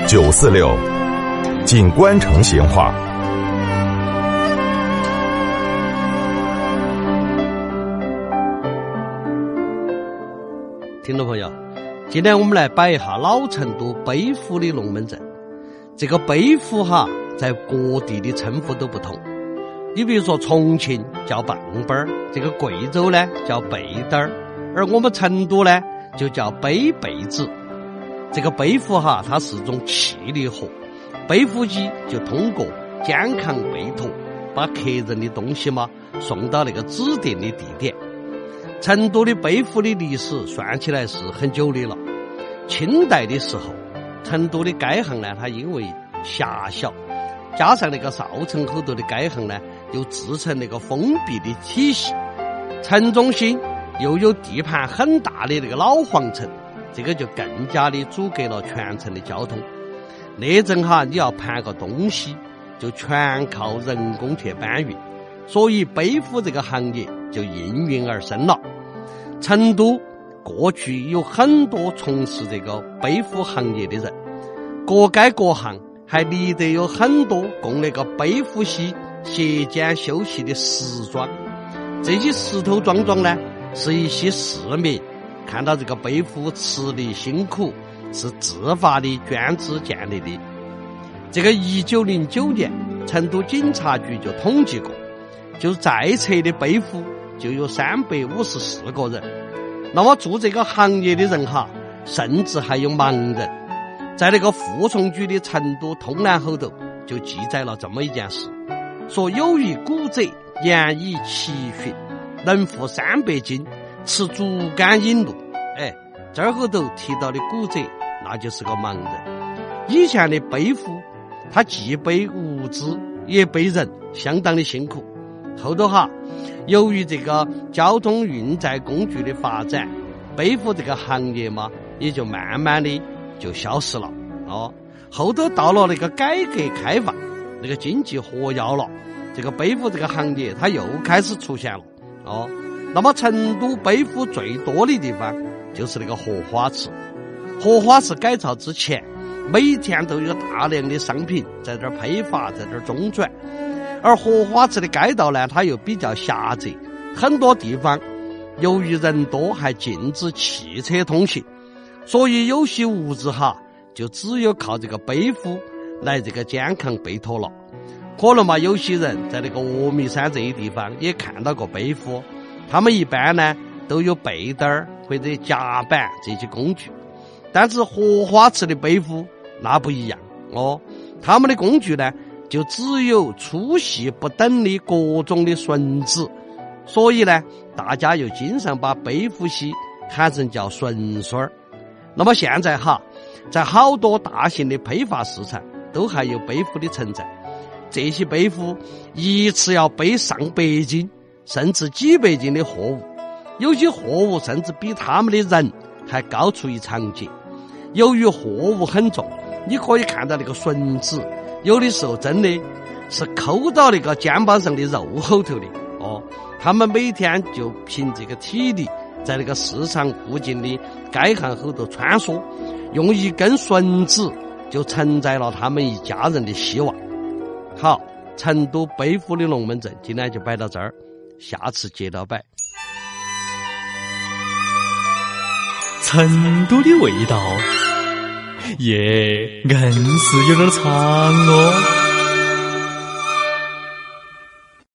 946，锦官城闲话。 听众朋友，今天我们来摆一下老成都北府的龙门阵。这个北府在各地的称呼都不同。你比如说重庆叫棒棒儿，这个贵州呢叫贝墩儿，而我们成都呢就叫北贝子。这个北府它是一种气力活，背府机就通过肩扛背驮把客人的东西送到那个指定的地点。成都的背府的历史算起来是很久的了。清代的时候，成都的街巷呢，它因为狭小，加上那个少城后头的街巷呢，又制成那个封闭的体系，城中心又有地盘很大的那个老皇城，这个就更加的阻隔了全城的交通。那阵你要盘个东西，就全靠人工去搬运，所以背府这个行业就应运而生了。成都过去有很多从事这个背府行业的人，各街各巷还立得有很多供那个背府西歇肩休息的石桩。这些石头桩桩呢，是一些市民看到这个背府吃力辛苦，是自发的捐资建立的。这个1909年成都警察局就统计过，就在册的背府就有354个人。那么做这个行业的人甚至还有盲人。在那个富崇局的成都通南后头就记载了这么一件事，说有一古者言以奇训，能负300斤，持竹竿引路。这儿后头提到的古者那就是个盲人。以前的背府他既背物资也背人，相当的辛苦。后头由于这个交通运载工具的发展，背府这个行业也就慢慢的就消失了。后头到了那个改革开放，那个经济活跃了，这个背府这个行业它又开始出现了。那么成都背府最多的地方就是那个荷花池。荷花池改造之前，每天都有大量的商品在这儿批发，在这儿中转。而荷花池的街道呢，它又比较狭窄，很多地方由于人多还禁止汽车通行，所以有些物资就只有靠这个背府来这个肩扛背驮了。可能有些人在那个峨眉山这一地方也看到过背府，他们一般呢都有背担儿或者夹板这些工具。但是荷花池的背府那不一样他们的工具呢就只有粗细不等的各种的绳子，所以呢大家又经常把背府西喊成叫绳孙儿。那么现在在好多大型的批发市场都还有背府的存在。这些背府一次要背上百斤甚至几百斤的货物，有些货物甚至比他们的人还高出一长截。由于货物很重，你可以看到那个绳子有的时候真的是扣到那个肩膀上的肉后头的他们每天就凭这个体力在那个市场附近的街巷后头穿梭，用一根绳子就承载了他们一家人的希望。好，成都背府的龙门阵今天就摆到这儿，下次接着摆。 成都的味道耶，硬是有点长